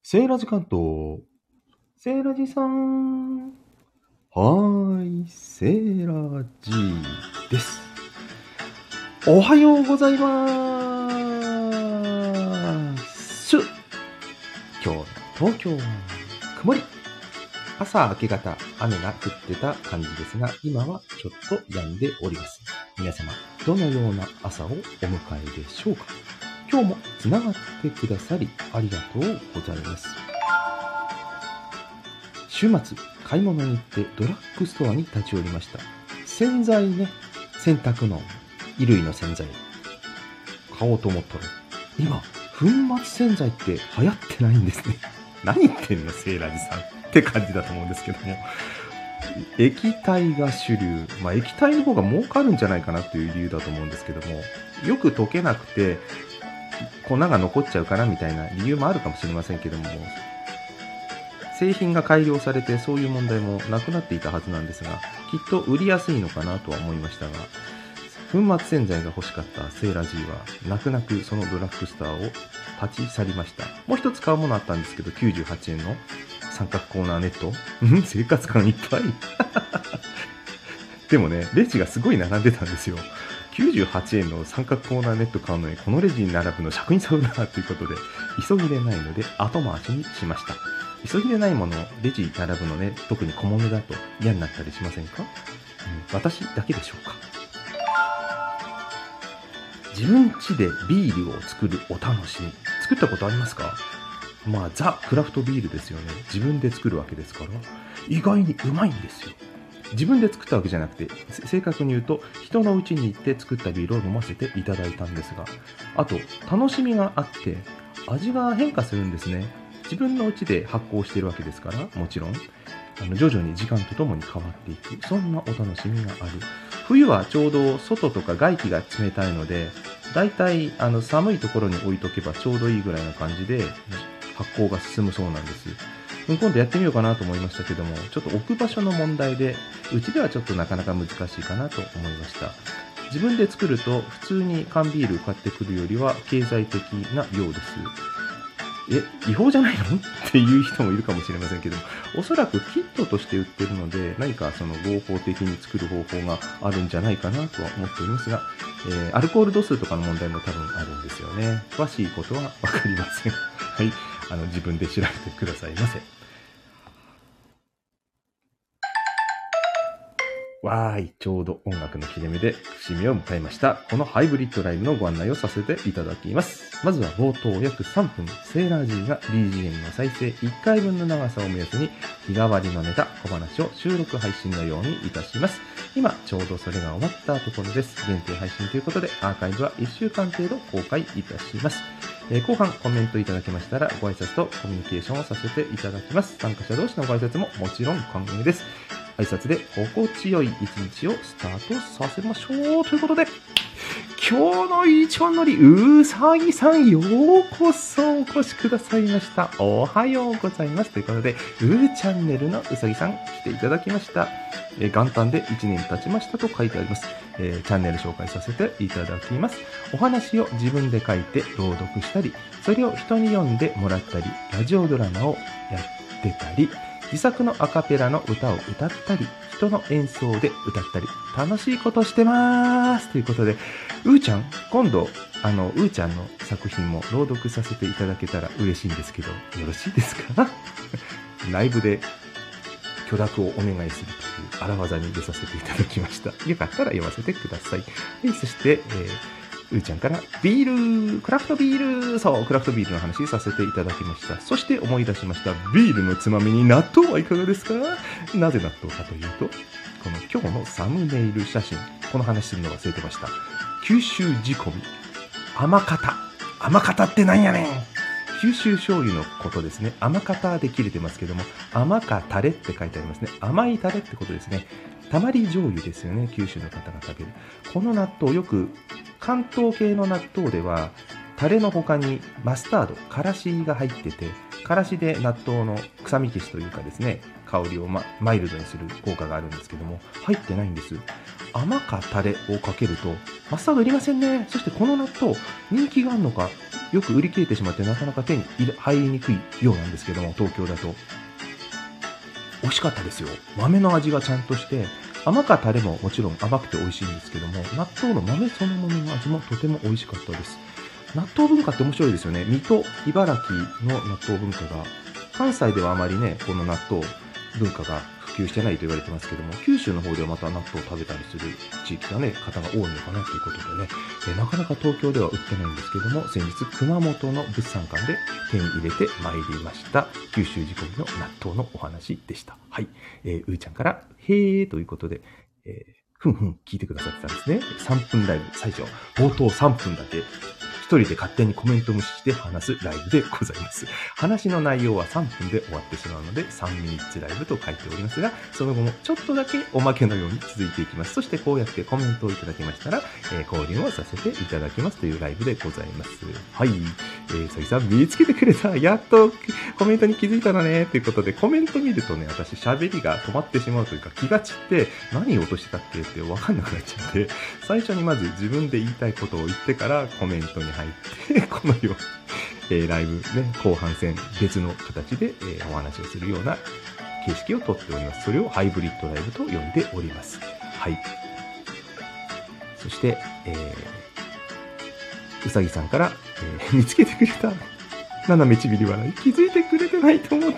セーラジ関東。セーラジさん。はーい、セーラジです。おはようございます。今日の東京は曇り。朝明け方、雨が降ってた感じですが、今はちょっと止んでおります。皆様、どのような朝をお迎えでしょうか。今日もつながってくださりありがとうございます。週末、買い物に行ってドラッグストアに立ち寄りました。洗剤ね、洗濯の衣類の洗剤買おうと思ったら、今、粉末洗剤って流行ってないんですね。何言ってんの、セーラジさんって感じだと思うんですけども。液体が主流。液体の方が儲かるんじゃないかなっていう理由だと思うんですけども、よく溶けなくて、粉が残っちゃうからみたいな理由もあるかもしれませんけども、製品が改良されてそういう問題もなくなっていたはずなんですが、きっと売りやすいのかなとは思いましたが、粉末洗剤が欲しかったセーラ G は泣く泣くそのドラッグストアを立ち去りました。もう一つ買うものあったんですけど、98円の三角コーナーネット。生活感いっぱい。でもね、レジがすごい並んでたんですよ。98円の三角コーナーネット買うのにこのレジに並ぶの尺に触るなということで、急ぎでないので後回しにしました。急ぎでないものをレジ並ぶのね、特に小物だと嫌になったりしませんか？私だけでしょうか。自分家でビールを作るお楽しみ。作ったことありますか？ザ・クラフトビールですよね。自分で作るわけですから、意外にうまいんですよ。自分で作ったわけじゃなくて、正確に言うと、人の家に行って作ったビールを飲ませていただいたんですが、あと、楽しみがあって、味が変化するんですね。自分の家で発酵しているわけですから、もちろん、徐々に時間とともに変わっていく、そんなお楽しみがある。冬はちょうど外とか外気が冷たいので、だいたい寒いところに置いとけばちょうどいいぐらいな感じで発酵が進むそうなんです。今度やってみようかなと思いましたけども、ちょっと置く場所の問題で、うちではちょっとなかなか難しいかなと思いました。自分で作ると普通に缶ビール買ってくるよりは経済的なようです。違法じゃないのっていう人もいるかもしれませんけども、おそらくキットとして売ってるので、何かその合法的に作る方法があるんじゃないかなとは思っておりますが、アルコール度数とかの問題も多分あるんですよね。詳しいことはわかりません。はい。自分で調べてくださいませ。わーい、ちょうど音楽の切れ目で節目を迎えました。このハイブリッドライブのご案内をさせていただきます。まずは冒頭約3分、セーラー G が BGM の再生1回分の長さを目安に日替わりのネタ、小話を収録配信のようにいたします。今、ちょうどそれが終わったところです。限定配信ということで、アーカイブは1週間程度公開いたします。後半コメントいただけましたらご挨拶とコミュニケーションをさせていただきます。参加者同士のご挨拶ももちろん歓迎です。挨拶で心地よい一日をスタートさせましょうということで、今日の一番乗りうさぎさん、ようこそお越しくださいました。おはようございますということで、チャンネルのうさぎさん来ていただきました。元旦で1年経ちましたと書いてあります。チャンネル紹介させていただきます。お話を自分で書いて朗読したり、それを人に読んでもらったり、ラジオドラマをやってたり、自作のアカペラの歌を歌ったり、人の演奏で歌ったり、楽しいことしてますということで、ちゃん、今度、ちゃんの作品も朗読させていただけたら嬉しいんですけど、よろしいですか？ライブで許諾をお願いするという荒技に出させていただきました。よかったら読ませてください。そして、ちゃんからビール、クラフトビール、そう、クラフトビールの話させていただきました。そして思い出しました。ビールのつまみに納豆はいかがですか？なぜ納豆かというと、この今日のサムネイル写真、この話するの忘れてました。九州仕込み、甘型。甘型ってなんやねん。九州醤油のことですね。甘型で切れてますけども、甘かタレって書いてありますね。甘いタレってことですね。たまり醤油ですよね。九州の方が食べる。この納豆、よく関東系の納豆ではタレの他にマスタード、からしが入ってて、からしで納豆の臭み消しというかですね、香りをマイルドにする効果があるんですけども、入ってないんです。甘かタレをかけるとマスタードいりませんね。そしてこの納豆、人気があるのかよく売り切れてしまってなかなか手に入りにくいようなんですけども、東京だと。美味しかったですよ。豆の味がちゃんとして、甘かタレももちろん甘くて美味しいんですけども、納豆の豆そのものの味もとても美味しかったです。納豆文化って面白いですよね。水戸、茨城の納豆文化が、関西ではあまりね、この納豆文化が普及してないと言われてますけども、九州の方ではまた納豆を食べたりする地域がね、方が多いのかなということでね、なかなか東京では売ってないんですけども、先日熊本の物産館で手に入れてまいりました。九州仕込みの納豆のお話でした。はい。うーちゃんから、へーということで、ふんふん聞いてくださってたんですね。3分ライブ、最初、冒頭3分だけ、一人で勝手にコメント無視して話すライブでございます。話の内容は3分で終わってしまうので、3ミニッツライブと書いておりますが、その後もちょっとだけおまけのように続いていきます。そしてこうやってコメントをいただきましたら、交流をさせていただきますというライブでございます。はい。さぎさん見つけてくれた。やっとコメントに気づいたのね。ということで、コメント見るとね、私喋りが止まってしまうというか、気が散って何を落としてたっけって分かんなくなっちゃって、最初にまず自分で言いたいことを言ってからコメントに入って、このように、ライブね、後半戦別の形で、お話をするような形式をとっております。それをハイブリッドライブと呼んでおります。はい。そして、うさぎさんから、見つけてくれた。斜めちびり笑い。気づいてくれてないと思った。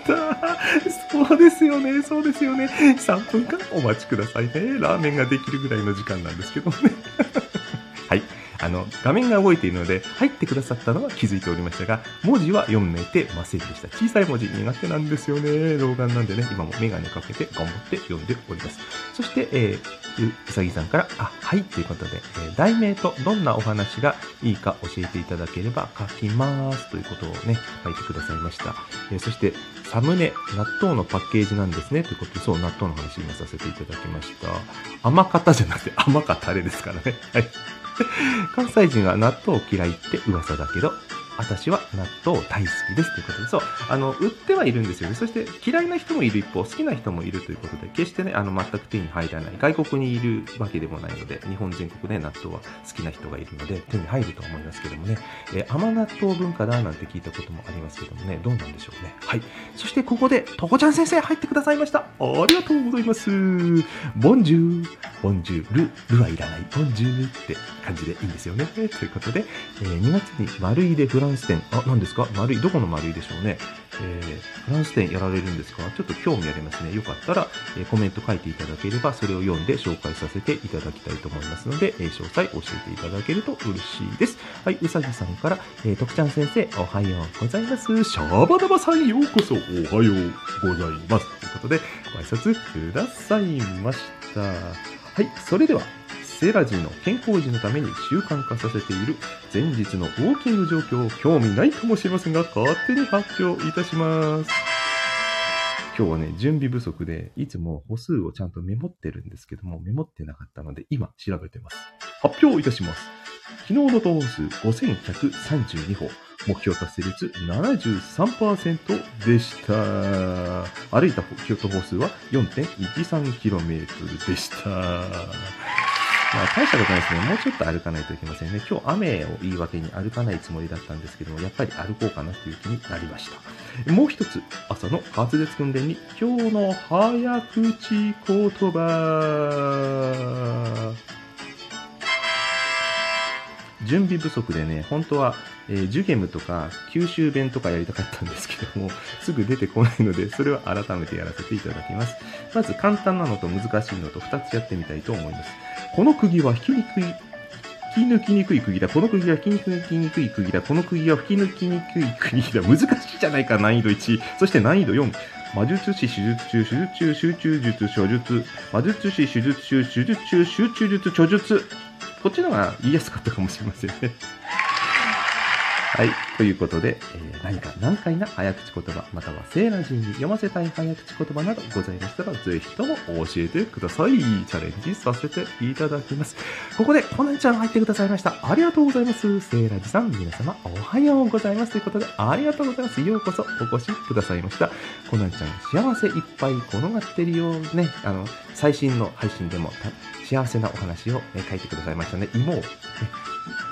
そうですよね。そうですよね。3分間お待ちくださいね。ラーメンができるぐらいの時間なんですけどもね。はい。画面が動いているので、入ってくださったのは気づいておりましたが、文字は読めてませんでした。小さい文字苦手なんですよね。老眼なんでね、今もメガネかけて頑張って読んでおります。そして、うさぎさんから、はい、ということで、題名とどんなお話がいいか教えていただければ書きますということをね、書いてくださいました。そして、サムネ、納豆のパッケージなんですね。ということで、そう、納豆の話今させていただきました。甘方じゃなくて甘かタレですからね。はい。関西人は納豆嫌いって噂だけど、私は納豆大好きですということで、そう、売ってはいるんですよね。そして嫌いな人もいる一方、好きな人もいるということで、決してね、全く手に入らない、外国にいるわけでもないので、日本全国で納豆は好きな人がいるので、手に入ると思いますけどもね、甘納豆文化だなんて聞いたこともありますけどもね、どうなんでしょうね。はい。そしてここで、とこちゃん先生入ってくださいました。ありがとうございます。ボンジュー、ボンジュールはいらない、ボンジューって感じでいいんですよね。ということで、2月に丸いでフランス展、何ですか丸い、どこの丸いでしょうね。フランス展やられるんですか？ちょっと興味ありますね。よかったら、コメント書いていただければ、それを読んで紹介させていただきたいと思いますので、詳細教えていただけると嬉しいです。はい、うさぎさんから、とくちゃん先生、おはようございます。シャバダバさんようこそ、おはようございます。ということで、ご挨拶くださいました。はい、それでは、セラジーの健康維持のために習慣化させている前日のウォーキング状況を興味ないかもしれませんが、勝手に発表いたします。今日はね、準備不足で、いつも歩数をちゃんとメモってるんですけども、メモってなかったので、今調べてます。発表いたします。昨日の投歩数5132歩。目標達成率 73% でした。歩いた徒歩数は 4.13km でした。大したことないですね。もうちょっと歩かないといけませんね。今日雨を言い訳に歩かないつもりだったんですけども、やっぱり歩こうかなという気になりました。もう一つ、朝の滑舌訓練に、今日の早口言葉。準備不足でね、本当は、ジュゲムとか九州弁とかやりたかったんですけども、すぐ出てこないので、それは改めてやらせていただきます。まず簡単なのと難しいのと2つやってみたいと思います。この釘は引き抜きにくい釘だ。この釘は引き抜きにくい釘だ。この釘は引き抜きにくい釘だ。難しいじゃないか、難易度1。そして難易度4。魔術師、手術中、手術中、集中術、処術。魔術師、手術中、手術中、集中術、処術。こっちの方が言いやすかったかもしれませんね。はい。ということで、何か難解な早口言葉、またはセーラージーに読ませたい早口言葉などございましたら、ぜひとも教えてください。チャレンジさせていただきます。ここで、コナンちゃん入ってくださいました。ありがとうございます。セーラージさん、皆様、おはようございます。ということで、ありがとうございます。ようこそお越しくださいました。コナンちゃん、幸せいっぱい転がってるよね。最新の配信でも、幸せなお話を、書いてくださいましたね。芋を、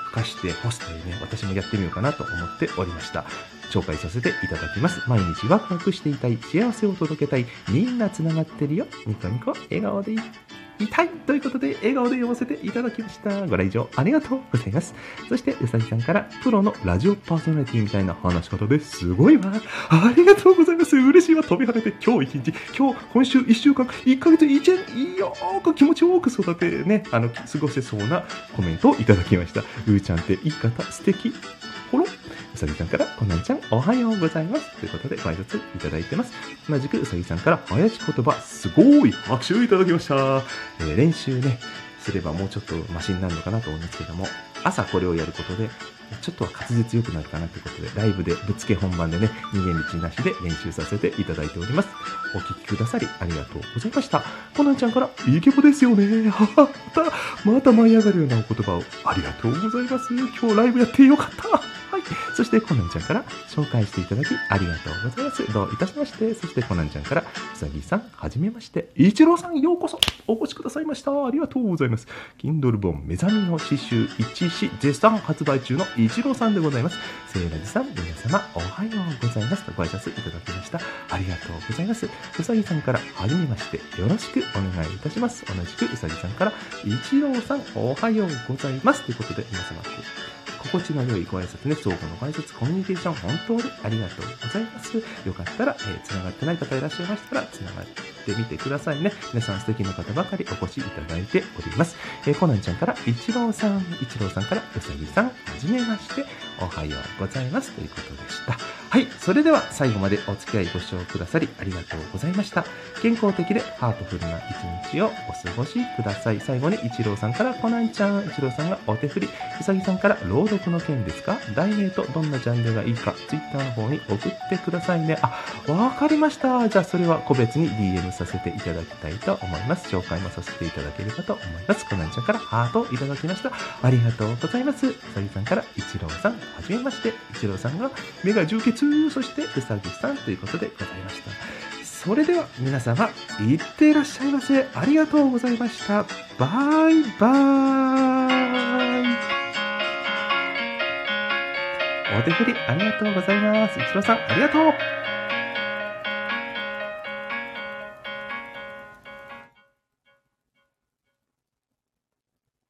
ふかして干すというね、私もやってみようかなと思っておりました。紹介させていただきます。毎日ワクワクしていたい、幸せを届けたい、みんなつながってるよ。ニコニコ笑顔でいたいということで、笑顔で読ませていただきました。ご来場ありがとうございます。そして、うさぎさんから、プロのラジオパーソナリティみたいな話し方ですごいわ。ありがとうございます。嬉しいわ。飛び跳ねて、今日一日、今週1週間、1ヶ月1年、よーく気持ちよく育てね、過ごせそうなコメントをいただきました。うーちゃんって言い方素敵。ほろ。うさぎさんから、こなんちゃん、おはようございます。ということで、ご挨拶いただいてます。同じくうさぎさんから、早口言葉、すごい拍手いただきました。練習ね、すればもうちょっとマシになるのかなと思うんですけども、朝これをやることで、ちょっとは滑舌良くなるかなということで、ライブでぶっつけ本番でね、逃げ道なしで練習させていただいております。お聞きくださりありがとうございました。コナンちゃんから、イケボですよね。また舞い上がるようなお言葉をありがとうございます。今日ライブやってよかった。はい。そしてコナンちゃんから紹介していただきありがとうございます。どういたしまして。そしてコナンちゃんからうさぎさんはじめまして。イチローさんようこそお越しくださいました。ありがとうございます。Kindle 本目覚めの詩集一詩絶賛発売中のイチローさんでございます。セイラジさん皆様おはようございますとご挨拶いただきました。ありがとうございます。うさぎさんからはじめましてよろしくお願いいたします。同じくうさぎさんからイチローさんおはようございますということで皆様心地の良いご挨拶ね、相互のご挨拶、コミュニケーション、本当にありがとうございます。よかったら、つながってない方いらっしゃいましたら、つながってみてくださいね。皆さん素敵な方ばかりお越しいただいております。コナンちゃんから、イチローさんからうさぎさん、はじめまして、おはようございますということでした。はい、それでは最後までお付き合いご視聴くださりありがとうございました。健康的でハートフルな一日をお過ごしください。最後にイチローさんからコナンちゃん、イチローさんがお手振り、うさぎさんから朗読の件ですか？題名とどんなジャンルがいいか、ツイッターの方に送ってくださいね。わかりました。じゃあそれは個別に DM させていただきたいと思います。紹介もさせていただければと思います。コナンちゃんからハートをいただきました。ありがとうございます。うさぎさんからイチローさん、はじめまして。イチローさんが目が充血、そしてうさぎさんということでございました。それでは皆様、いってらっしゃいませ。ありがとうございました。バイバーイ。お手振りありがとうございます。イチローさん、ありがとう。